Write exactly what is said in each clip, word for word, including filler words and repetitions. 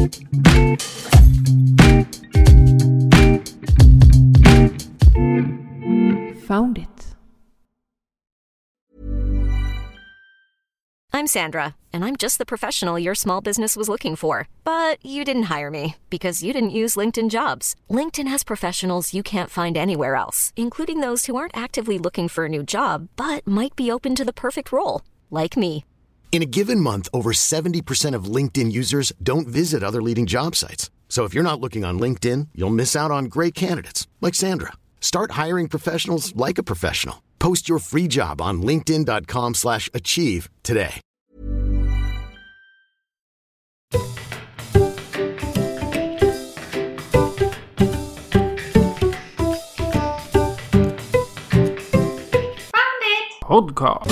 Found it. I'm Sandra, and I'm just the professional your small business was looking for. But you didn't hire me because you didn't use LinkedIn Jobs. LinkedIn has professionals you can't find anywhere else, including those who aren't actively looking for a new job, but might be open to the perfect role, like me. In a given month, over seventy percent of LinkedIn users don't visit other leading job sites. So if you're not looking on LinkedIn, you'll miss out on great candidates like Sandra. Start hiring professionals like a professional. Post your free job on linkedin dot com slash achieve today. Podcast.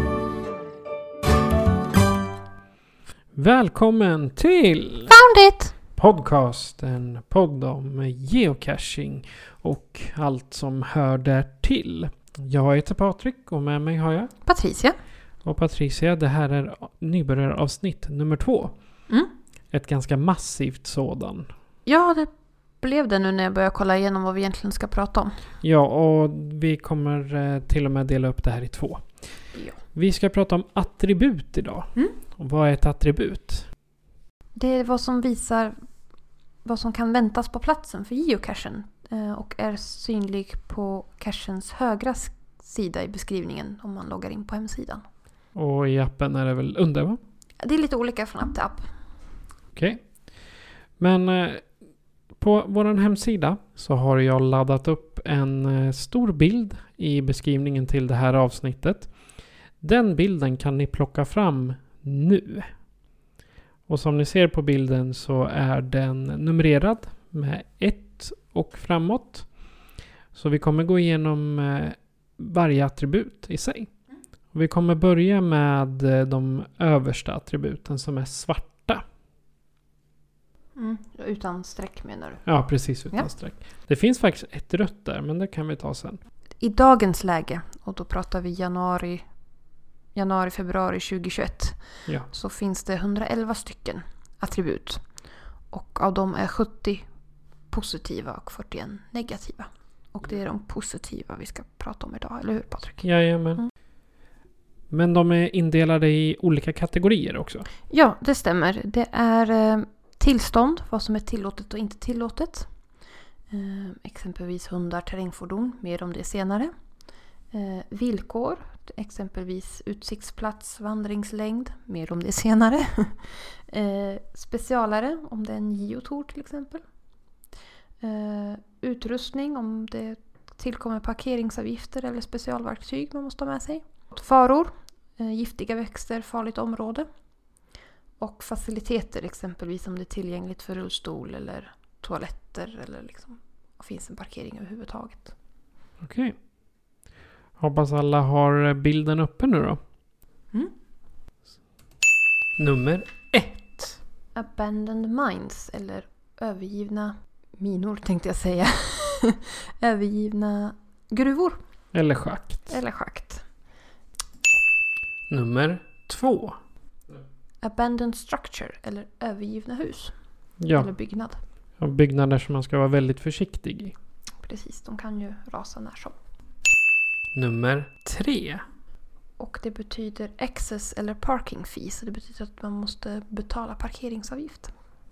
Välkommen till Found it! Podcast, en podd om geocaching och allt som hör där till. Jag heter Patrik och med mig har jag Patricia. Och Patricia, det här är nybörjaravsnitt nummer två. Mm. Ett ganska massivt sådan. Ja, det blev det nu när jag började kolla igenom vad vi egentligen ska prata om. Ja, och vi kommer eh, till och med dela upp det här i två. Ja. Vi ska prata om attribut idag. Mm. Och vad är ett attribut? Det är vad som visar vad som kan väntas på platsen för geocachen eh, och är synlig på cachens högra sida i beskrivningen om man loggar in på hemsidan. Och i appen är det väl under, va? Det är lite olika från app till app. Okej. Okay. Men eh, på vår hemsida så har jag laddat upp en eh, stor bild i beskrivningen till det här avsnittet. Den bilden kan ni plocka fram nu. Och som ni ser på bilden så är den numrerad med ett och framåt. Så vi kommer gå igenom eh, varje attribut i sig. Och vi kommer börja med eh, de översta attributen som är svarta. Mm, utan streck menar du? Ja, precis utan ja. streck. Det finns faktiskt ett rött där, men det kan vi ta sen. I dagens läge, och då pratar vi januari, januari februari tjugohundratjugoett, Ja. så finns det hundraelva stycken attribut. Och av dem är sjuttio positiva och fyrtioen negativa. Och det är de positiva vi ska prata om idag, eller hur Patrik? Jajamän. Mm. Men de är indelade i olika kategorier också. Ja, det stämmer. Det är eh, tillstånd, vad som är tillåtet och inte tillåtet. Eh, exempelvis hundar, terrängfordon, mer om det senare. Eh, villkor, exempelvis utsiktsplats, vandringslängd, mer om det senare. eh, specialare, om det är en geotour till exempel. Eh, utrustning, om det tillkommer parkeringsavgifter eller specialverktyg man måste ha med sig. Faror, eh, giftiga växter, farligt område. Och faciliteter, exempelvis om det är tillgängligt för rullstol eller toaletter eller liksom finns en parkering överhuvudtaget. Okej. Okay. Hoppas alla har bilden uppe nu då. Mm. Nummer ett. Abandoned mines, eller övergivna minor tänkte jag säga. Övergivna gruvor. Eller schakt. Eller schakt. Nummer två. Abandoned structure, eller övergivna hus. Ja. Eller byggnad. Ja, byggnader som man ska vara väldigt försiktig i. Precis, de kan ju rasa när som. Nummer tre. Och det betyder access eller parking fees. Det betyder att man måste betala parkeringsavgift.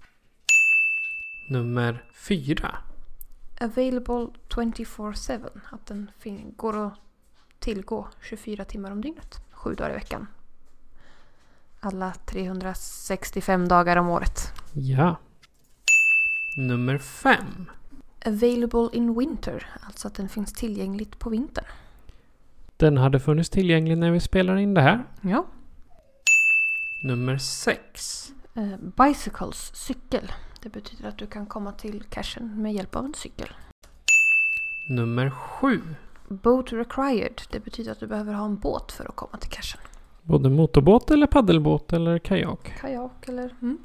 Nummer fyra. Available twenty-four seven. Att den fin- går att tillgå tjugofyra timmar om dygnet. Sju dagar i veckan. Alla trehundrasextiofem dagar om året. Ja. Nummer fem. Available in winter. Alltså att den finns tillgängligt på vintern. Den hade funnits tillgänglig när vi spelar in det här. Ja. Nummer sex. Uh, bicycles, cykel. Det betyder att du kan komma till cachen med hjälp av en cykel. Nummer sju. Boat required. Det betyder att du behöver ha en båt för att komma till cachen. Både motorbåt eller paddelbåt eller kajak. Kajak eller... Mm.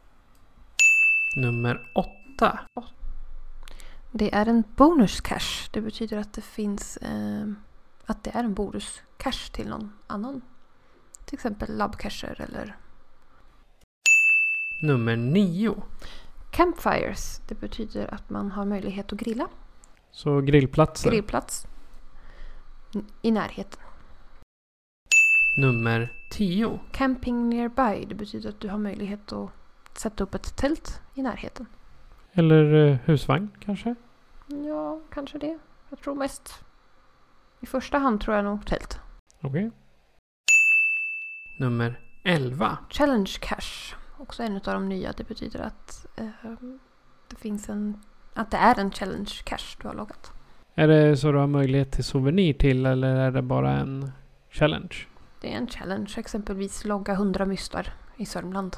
Nummer åtta. Det är en bonus cache. Det betyder att det finns... Eh, att det är en bonus cache till någon annan. Till exempel labbcacher eller... Nummer nio. Campfires, det betyder att man har möjlighet att grilla. Så grillplatser. Grillplats i närheten. Nummer tio. Camping nearby, det betyder att du har möjlighet att sätta upp ett tält i närheten. Eller eh, husvagn kanske? Ja, kanske det. Jag tror mest i första hand tror jag nog tält. Okej. Okay. Nummer elva. Challenge cache, också en av de nya. Det betyder att eh, det finns en att det är en challenge cache du har loggat. Är det så du har möjlighet till souvenir till, eller är det bara en challenge? Det är en challenge, exempelvis logga hundra mystar i Sörmland.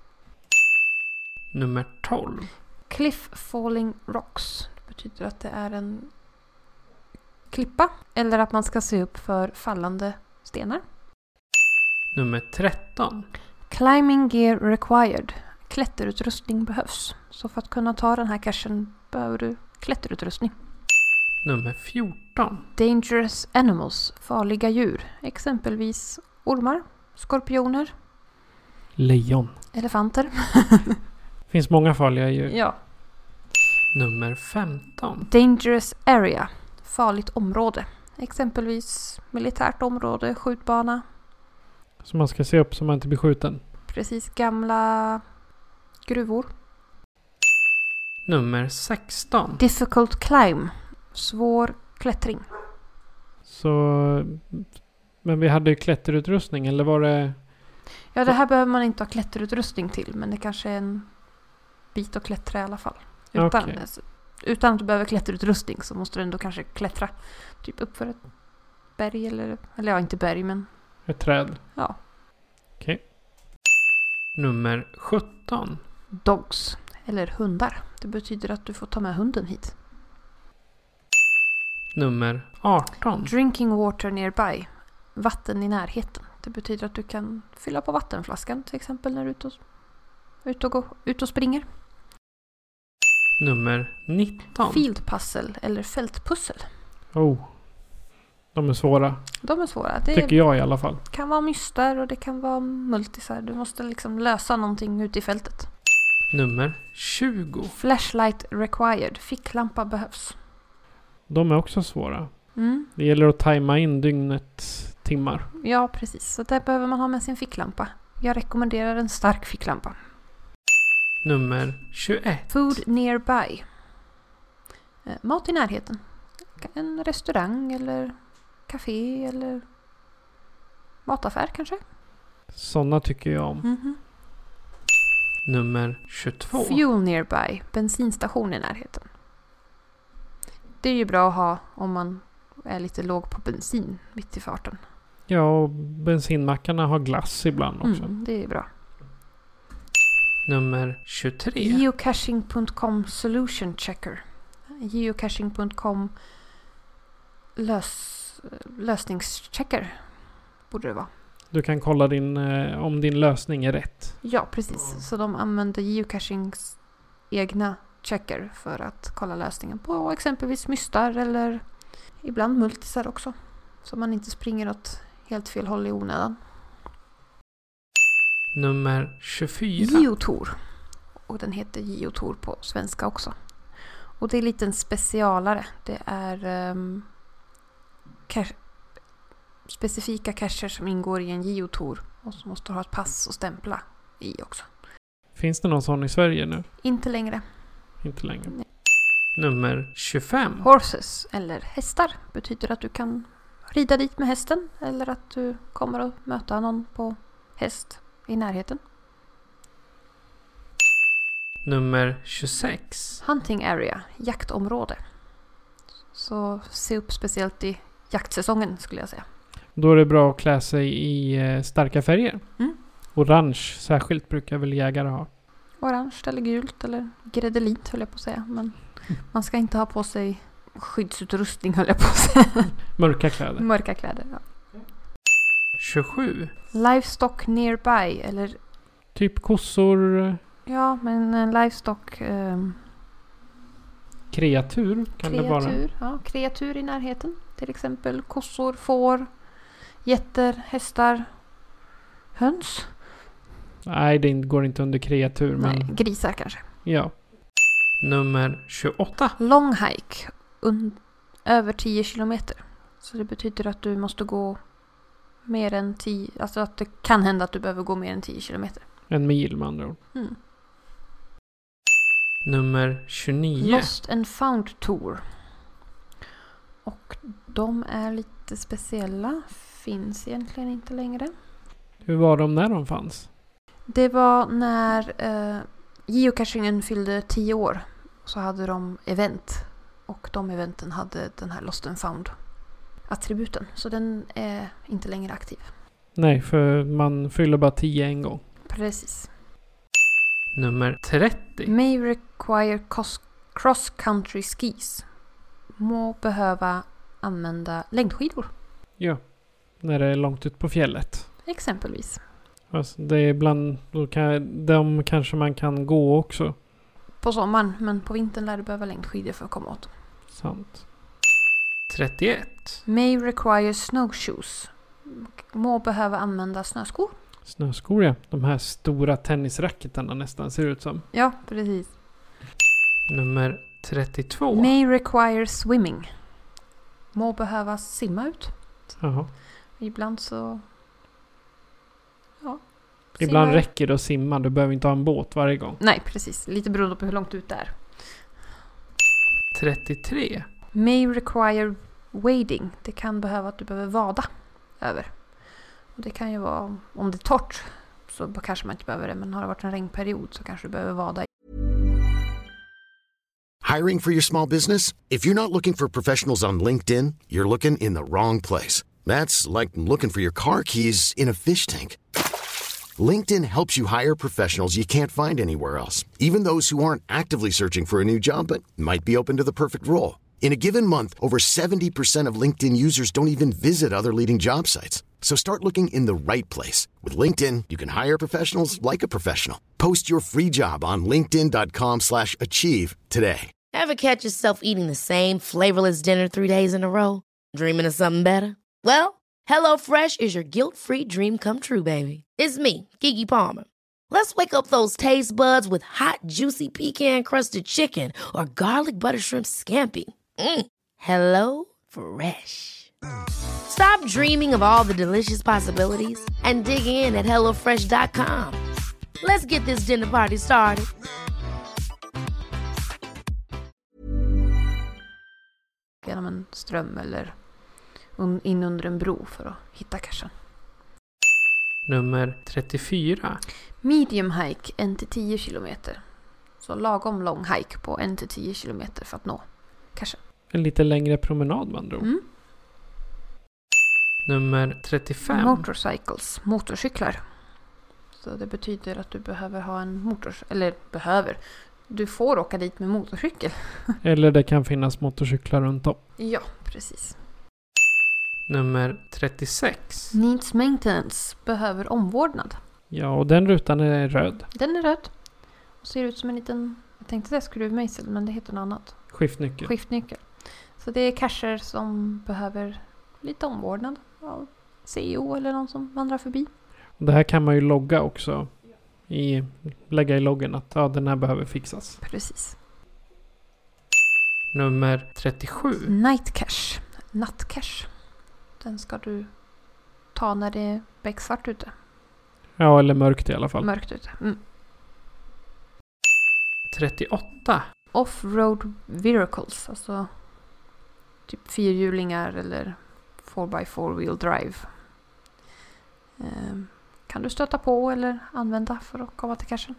Nummer tolv. Cliff Falling Rocks. Det betyder att det är en klippa eller att man ska se upp för fallande stenar. Nummer tretton. Climbing gear required. Klätterutrustning behövs. Så för att kunna ta den här cachen behöver du klätterutrustning. Nummer fjorton. Dangerous animals. Farliga djur. Exempelvis ormar, skorpioner, lejon, elefanter. Finns många farliga djur. Ja. Nummer femton. Dangerous area. Farligt område. Exempelvis militärt område, skjutbana. Så man ska se upp så man inte blir skjuten. Precis, gamla gruvor. Nummer sexton. Difficult climb. Svår klättring. Så, men vi hade ju klätterutrustning, eller var det... Ja, det här behöver man inte ha klätterutrustning till, men det kanske är en bit att klättra i alla fall. Utan, Okay. utan att du behöver klätterutrustning så måste du ändå kanske klättra typ upp för ett berg eller, eller ja, inte berg, men... Ett träd. Ja. Okej. Okay. Nummer sjutton. Dogs, eller hundar. Det betyder att du får ta med hunden hit. Nummer arton. Drinking water nearby. Vatten i närheten. Det betyder att du kan fylla på vattenflaskan till exempel när du är ute och, ut och, gå, ut och springer. Nummer nitton. Field puzzle eller fältpussel. Oh. De är svåra. De är svåra. Det tycker jag i alla fall. kan vara mystar och det kan vara multisar. Du måste liksom lösa någonting ute i fältet. Nummer tjugo. Flashlight required. Ficklampa behövs. De är också svåra. Mm. Det gäller att tajma in dygnets timmar. Ja, precis. Så där behöver man ha med sin ficklampa. Jag rekommenderar en stark ficklampa. Nummer tjugoett. Food nearby. Eh, mat i närheten. En restaurang eller café eller mataffär kanske. Sådana tycker jag om. Mm-hmm. Nummer tjugotvå. Fuel nearby. Bensinstation i närheten. Det är ju bra att ha om man är lite låg på bensin mitt i farten. Ja, och bensinmackarna har glass ibland också. Mm, det är bra. Nummer tjugotre. Geocaching punkt com solution checker. Geocaching punkt com lös, lösningschecker borde det vara. Du kan kolla din, eh, om din lösning är rätt. Ja, precis. Så de använder geocachings egna checker för att kolla lösningen på exempelvis mystar eller ibland multisar också. Så man inte springer åt helt fel håll i onödan. Nummer tjugofyra. Geotour. Och den heter Geotour på svenska också. Och det är lite en specialare. Det är um, cache, specifika cacher som ingår i en geotour. Och som måste ha ett pass och stämpla i också. Finns det någon sån i Sverige nu? Inte längre. Inte längre. Nej. Nummer tjugofem. Horses eller hästar betyder att du kan rida dit med hästen. Eller att du kommer att möta någon på häst i närheten. Nummer tjugosex. Hunting area, jaktområde. Så se upp speciellt i jaktsäsongen skulle jag säga. Då är det bra att klä sig i eh, starka färger. Mm. Orange särskilt brukar väl jägare ha. Orange eller gult eller gräddelit höll jag på att säga. Men man ska inte ha på sig skyddsutrustning höll jag på att säga. Mörka kläder. Mörka kläder, ja. tjugosju. Livestock nearby eller... Typ kossor. Ja, men en livestock... Um, kreatur kan kreatur, det vara. Ja, kreatur i närheten. Till exempel kossor, får, getter, hästar, höns. Nej, det går inte under kreatur. Nej, Men grisar kanske. ja. Nummer tjugoåtta. Long hike. Un- över tio kilometer. Så det betyder att du måste gå mer än tio... Alltså att det kan hända att du behöver gå mer än tio kilometer. En mil med andra ord. Mm. Nummer tjugonio. Lost and found tour. Och de är lite speciella. Finns egentligen inte längre. Hur var de när de fanns? Det var när eh, geocachingen fyllde tio år. Så hade de event. Och de eventen hade den här Lost and found-attributen. Så den är inte längre aktiv. Nej, för man fyller bara tio en gång. Precis. Nummer trettio. May require cos- cross country skis. Må behöva använda längdskidor. Ja, när det är långt ut på fjället. Exempelvis. Alltså, det är ibland, då kan, de kanske man kan gå också. På sommaren, men på vintern lär du behöva längdskidor för att komma åt. Sant. trettioett. May require snowshoes. Må behöva använda snöskor. Snöskor, ja. De här stora tennisracketarna nästan ser ut som. Ja, precis. Nummer trettiotvå. May require swimming. Må behöva simma ut. Jaha. Ibland så... Ja. Ibland Simma. räcker det att simma. Du behöver inte ha en båt varje gång. Nej, precis. Lite beroende på hur långt ut det är. trettiotre. May require wading. Det kan behöva att du behöver vada över. Och det kan ju vara, om det är torrt så kanske man inte behöver det. Men har det varit en regnperiod så kanske du behöver vada. Hiring for your small business? If you're not looking for professionals on LinkedIn, you're looking in the wrong place. That's like looking for your car keys in a fish tank. LinkedIn helps you hire professionals you can't find anywhere else, even those who aren't actively searching for a new job but might be open to the perfect role. In a given month, over seventy percent of LinkedIn users don't even visit other leading job sites. So start looking in the right place. With LinkedIn, you can hire professionals like a professional. Post your free job on linkedin dot com slash achieve today. Ever catch yourself eating the same flavorless dinner three days in a row? Dreaming of something better? Well, HelloFresh is your guilt-free dream come true, baby. It's me, Keke Palmer. Let's wake up those taste buds with hot, juicy pecan-crusted chicken or garlic butter shrimp scampi. Mm. Hello Fresh. Stop dreaming of all the delicious possibilities and dig in at hello fresh dot com. Let's get this dinner party started. Genom en ström eller un- in under en bro för att hitta cachen. Nummer trettiofyra. Medium hike en till tio kilometer. Så lagom lång hike på en till tio kilometer för att nå cachen. En lite längre promenad man drog. Mm. Nummer trettiofem. Motorcycles, motorcyklar. Så det betyder att du behöver ha en motorcykel. Eller behöver. Du får åka dit med motorcykel. Eller det kan finnas motorcyklar runt om. Ja, precis. Nummer trettiosex. Needs maintenance, behöver omvårdnad. Ja, och den rutan är röd. Den är röd. Och ser ut som en liten, jag tänkte säga skruvmejsel, men det heter något annat. Skiftnyckel. Skiftnyckel. Så det är cacher som behöver lite omvårdnad av C E O eller någon som vandrar förbi. Och det här kan man ju logga också. I, lägga i loggen att ja, den här behöver fixas. Precis. Nummer trettiosju. Night cache, nattcache. Den ska du ta när det är becksvart ute. Ja, eller mörkt i alla fall. Mörkt ute. Mm. trettioåtta. Off-road vehicles, alltså typ fyrhjulingar eller four by four wheel drive. Eh, kan du stöta på eller använda för att komma till cachen.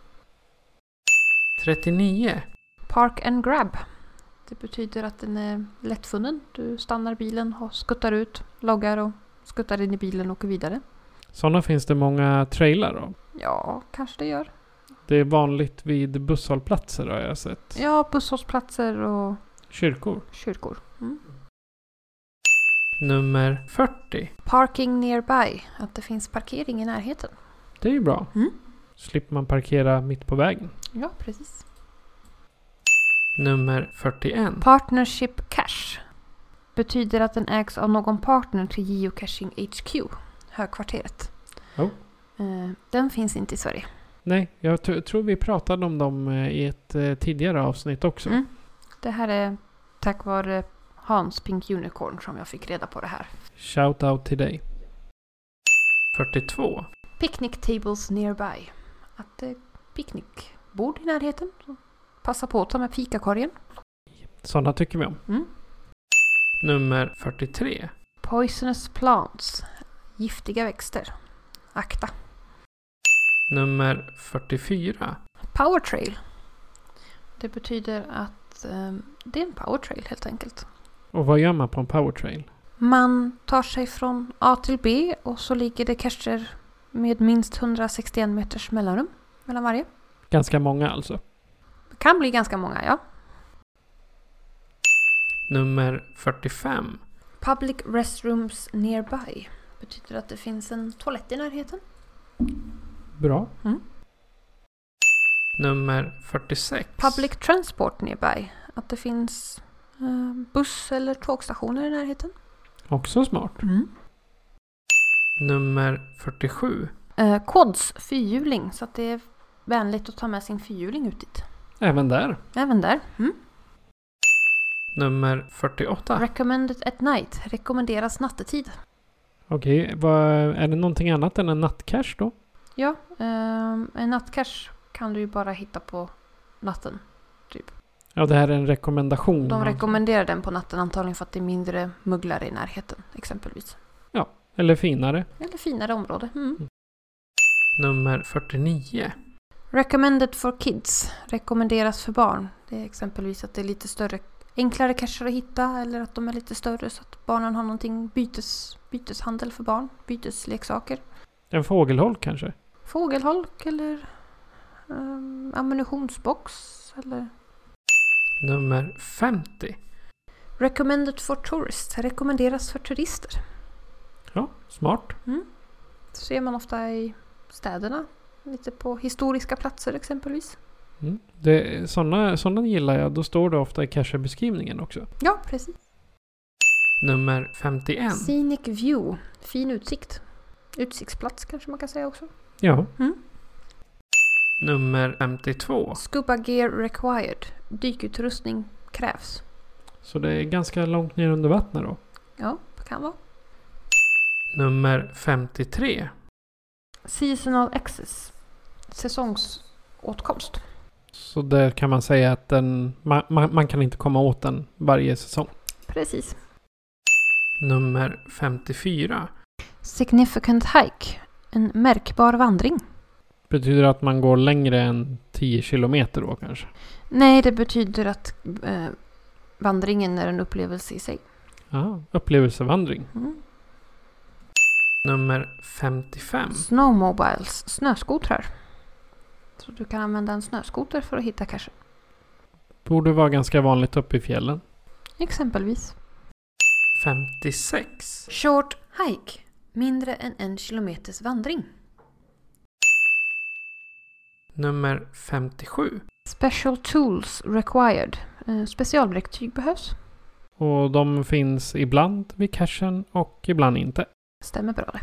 trettionio. Park and grab. Det betyder att den är lättfunnen. Du stannar bilen och skuttar ut, loggar och skuttar in i bilen och åker vidare. Sådana finns det många trailar av. Ja, kanske det gör. Det är vanligt vid busshållplatser har jag sett. Ja, busshållplatser och Kyrkor. kyrkor. Mm. Nummer fyrtio. Parking nearby. Att det finns parkering i närheten. Det är ju bra. Mm. Slipper man parkera mitt på vägen. Ja, precis. Nummer fyrtioett. Partnership cache. Betyder att den ägs av någon partner till geocaching H Q. Högkvarteret. Oh. Eh, den finns inte i Sverige. Nej, jag t- tror vi pratade om dem eh, i ett eh, tidigare avsnitt också. Mm. Det här är tack vare Hans Pink Unicorn som jag fick reda på det här. Shout out till dig. fyrtiotvå. Picnic tables nearby. Att det är picknickbord i närheten. Så passa på att ta med fikakorgen. Sådana tycker vi om. Mm. Nummer fyrtiotre. Poisonous plants. Giftiga växter. Akta. Nummer fyrtiofyra. Power trail. Det betyder att eh, det är en power trail helt enkelt. Och vad gör man på en powertrail? Man tar sig från A till B och så ligger det cacher med minst hundrasextioen meters mellanrum mellan varje. Ganska många alltså. Det kan bli ganska många, ja. Nummer fyrtiofem. Public restrooms nearby. Betyder att det finns en toalett i närheten. Bra. Mm. Nummer fyrtiosex. Public transport nearby. Att det finns eh, buss- eller tågstationer i närheten. Också smart. Mm. Nummer fyrtiosju. Eh, Quads, fyrhjuling. Så att det är vänligt att ta med sin fyrhjuling ut dit. Även där. Även där. Mm. Nummer fyrtioåtta. Recommended at night. Rekommenderas nattetid. Okej, vad, är det någonting annat än en nattcache då? Ja, eh, en nattcache kan du ju bara hitta på natten. Typ. Ja, det här är en rekommendation. De alltså. rekommenderar den på natten antagligen för att det är mindre mugglare i närheten exempelvis. Ja, eller finare. Eller finare område. Mm. Nummer fyrtionio. Recommended for kids. Rekommenderas för barn. Det är exempelvis att det är lite större, enklare cacher att hitta eller att de är lite större så att barnen har någonting bytes, byteshandel för barn. Bytesleksaker. En fågelholk kanske? Fågelholk eller um, ammunitionsbox eller... Nummer femtio. Recommended for tourists. Rekommenderas för turister. Ja, smart. Mm. Det ser man ofta i städerna. Lite på historiska platser exempelvis. Mm. Det, såna, såna gillar jag. Då står det ofta i cache-beskrivningen också. Ja, precis. Nummer femtioett. Scenic view. Fin utsikt. Utsiktsplats kanske man kan säga också. Ja. Mm. Nummer femtiotvå. Scuba gear required. Dykutrustning krävs. Så det är ganska långt ner under vattnet då. Ja, det kan vara. Nummer femtiotre. Seasonal access. Säsongsåtkomst. Så där kan man säga att den, man, man, man kan inte komma åt den varje säsong. Precis. Nummer femtiofyra. Significant hike. En märkbar vandring. Betyder att man går längre än tio kilometer då kanske? Nej, det betyder att eh, vandringen är en upplevelse i sig. Ja, upplevelsevandring. Mm. Nummer femtiofem. Snowmobiles. Snöskotrar. Så du kan använda en snöskoter för att hitta cachen. Borde vara ganska vanligt uppe i fjällen. Exempelvis. femtiosex. Short hike. Mindre än en kilometers vandring. Nummer femtiosju. Special tools required. Eh, specialverktyg behövs. Och de finns ibland vid cachen och ibland inte. Stämmer bra det.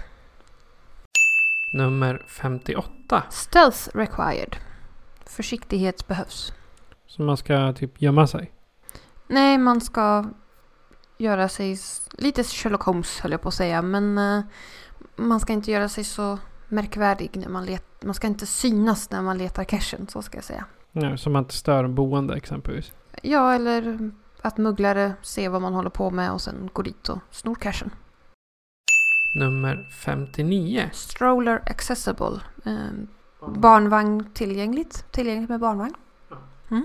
Nummer femtioåtta. Stealth required. Försiktighet behövs. Så man ska typ gömma sig. Nej, man ska göra sig s- lite Sherlock Holmes höll jag på att säga. Men eh, man ska inte göra sig så märkvärdig när man letar. Man ska inte synas när man letar cachen, så ska jag säga. Nej, så man inte stör boende exempelvis. Ja, eller att mugglare ser vad man håller på med och sen går dit och snor cachen. Nummer femtionio. Stroller accessible. Eh, barnvagn tillgängligt. Tillgängligt med barnvagn. Mm.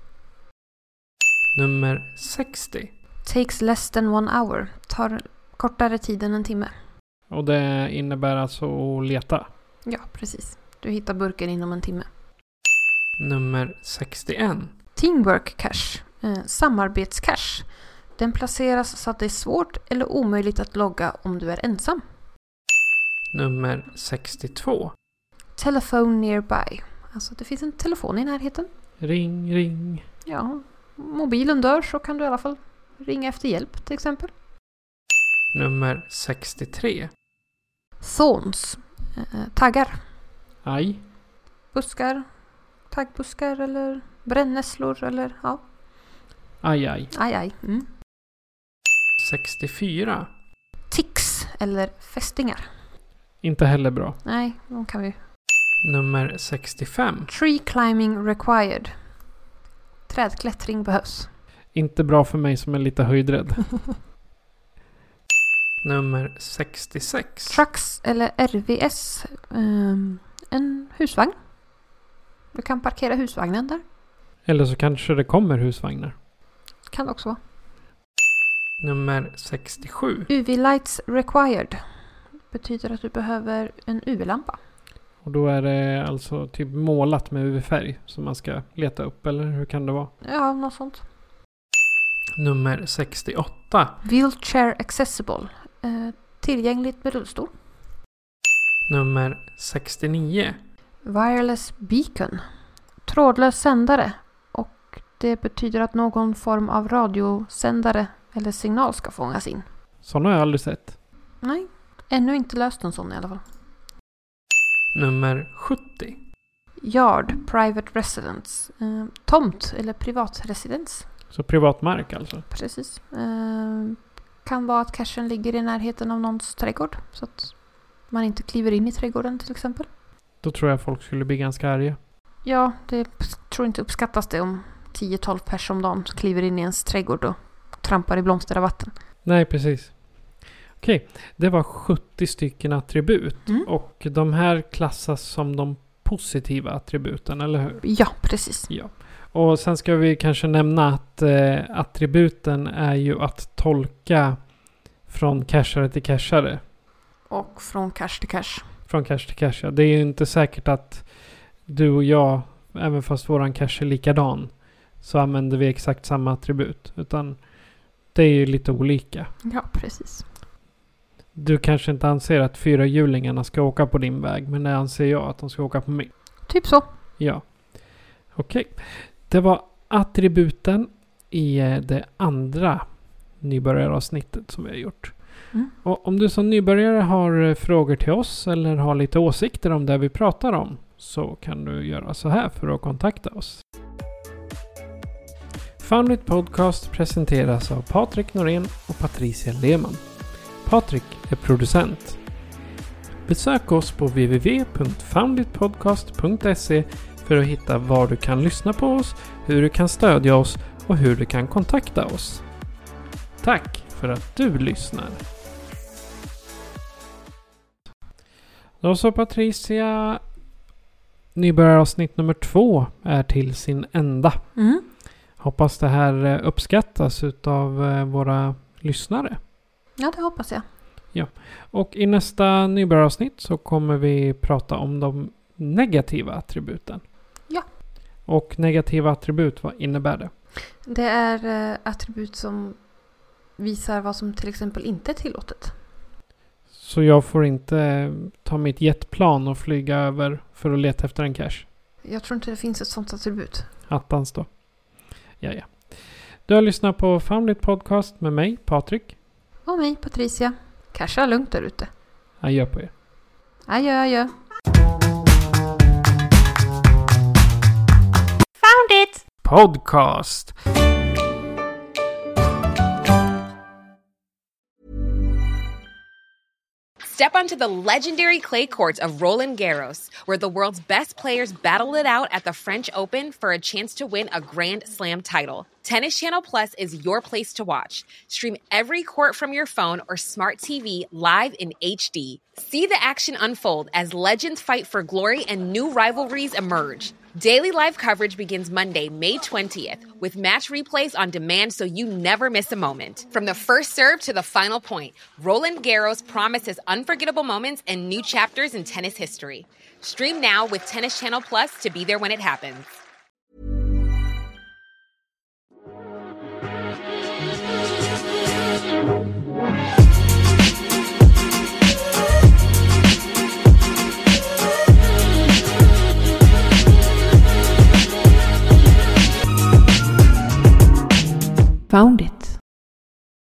Nummer sextio. Takes less than one hour. Tar kortare tid än en timme. Och det innebär alltså att leta. Ja, precis. Du hittar burken inom en timme. Nummer sextioett. Teamwork cache. Eh, samarbetscache. Den placeras så att det är svårt eller omöjligt att logga om du är ensam. Nummer sextiotvå. Telephone nearby. Alltså det finns en telefon i närheten. Ring, ring. Ja, mobilen dör så kan du i alla fall ringa efter hjälp till exempel. Nummer sextiotre. Thorns. Eh, taggar. Aj. Buskar. Taggbuskar eller brännässlor eller ja. Aj, aj. Aj, aj. Mm. sextiofyra. Tics eller fästingar. Inte heller bra. Nej, de kan vi. Nummer sextiofem. Tree climbing required. Trädklättring behövs. Inte bra för mig som är lite höjdrädd. Nummer sextiosex. Trucks eller R V S. Um, en husvagn. Du kan parkera husvagnen där. Eller så kanske det kommer husvagnar. Kan det också vara. Nummer sextiosju. U V-lights required. Betyder att du behöver en U V-lampa. Och då är det alltså typ målat med U V-färg som man ska leta upp, eller hur kan det vara? Ja, något sånt. Nummer sextioåtta. Wheelchair accessible. Eh, tillgängligt med rullstol. Nummer sextionio. Wireless beacon. Trådlös sändare. Och det betyder att någon form av radiosändare eller signal ska fångas in. Sådana har jag aldrig sett. Nej, ännu inte löst en sån i alla fall. Nummer sjuttio. Yard, private residence. Eh, tomt eller privatresidens. Så privat mark alltså. Precis. Eh, kan vara att cashen ligger i närheten av någons trädgård. Så att man inte kliver in i trädgården till exempel. Då tror jag folk skulle bli ganska arga. Ja, det tror inte uppskattas det om tio tolv pers om dagen kliver in i ens trädgård och trampar i blomsterrabatten. Nej, precis. Okej, det var sjuttio stycken attribut. Mm. Och de här klassas som de positiva attributen, eller hur? Ja, precis. Ja. Och sen ska vi kanske nämna att eh, attributen är ju att tolka från cashare till cashare. Och från cash till cash. Från cash till cash, ja. Det är ju inte säkert att du och jag, även fast våran cash är likadan, så använder vi exakt samma attribut. Utan det är ju lite olika. Ja, precis. Du kanske inte anser att fyra hjulingarna ska åka på din väg, men det anser jag att de ska åka på min. Typ så. Ja. Okej. Det var attributen i det andra nybörjaravsnittet som vi har gjort. Mm. Och om du som nybörjare har frågor till oss eller har lite åsikter om det vi pratar om, så kan du göra så här för att kontakta oss. Foundit Podcast presenteras av Patrik Norén och Patricia Lehmann. Patrik är producent. Besök oss på w w w punkt founditpodcast punkt se för att hitta var du kan lyssna på oss, hur du kan stödja oss och hur du kan kontakta oss. Tack för att du lyssnar. Då så Patricia, nybörjaravsnitt nummer två är till sin ända. Mm. Hoppas det här uppskattas utav våra lyssnare. Ja, det hoppas jag. Ja. Och i nästa nybörjaravsnitt så kommer vi prata om de negativa attributen. Ja. Och negativa attribut, vad innebär det? Det är eh, attribut som visar vad som till exempel inte är tillåtet. Så jag får inte ta mitt jetplan och flyga över för att leta efter en cache? Jag tror inte det finns ett sånt attribut. Attans då. Ja, ja. Du har lyssnat på Foundit Podcast med mig, Patrik. Och mig, Patricia. Casha lugnt där ute. Adjö på er. Adjö, adjö. Found it! Podcast. Step onto the legendary clay courts of Roland Garros, where the world's best players battle it out at the French Open for a chance to win a Grand Slam title. Tennis Channel Plus is your place to watch. Stream every court from your phone or smart T V live in H D. See the action unfold as legends fight for glory and new rivalries emerge. Daily live coverage begins Monday, May twentieth, with match replays on demand so you never miss a moment. From the first serve to the final point, Roland Garros promises unforgettable moments and new chapters in tennis history. Stream now with Tennis Channel Plus to be there when it happens. Found it.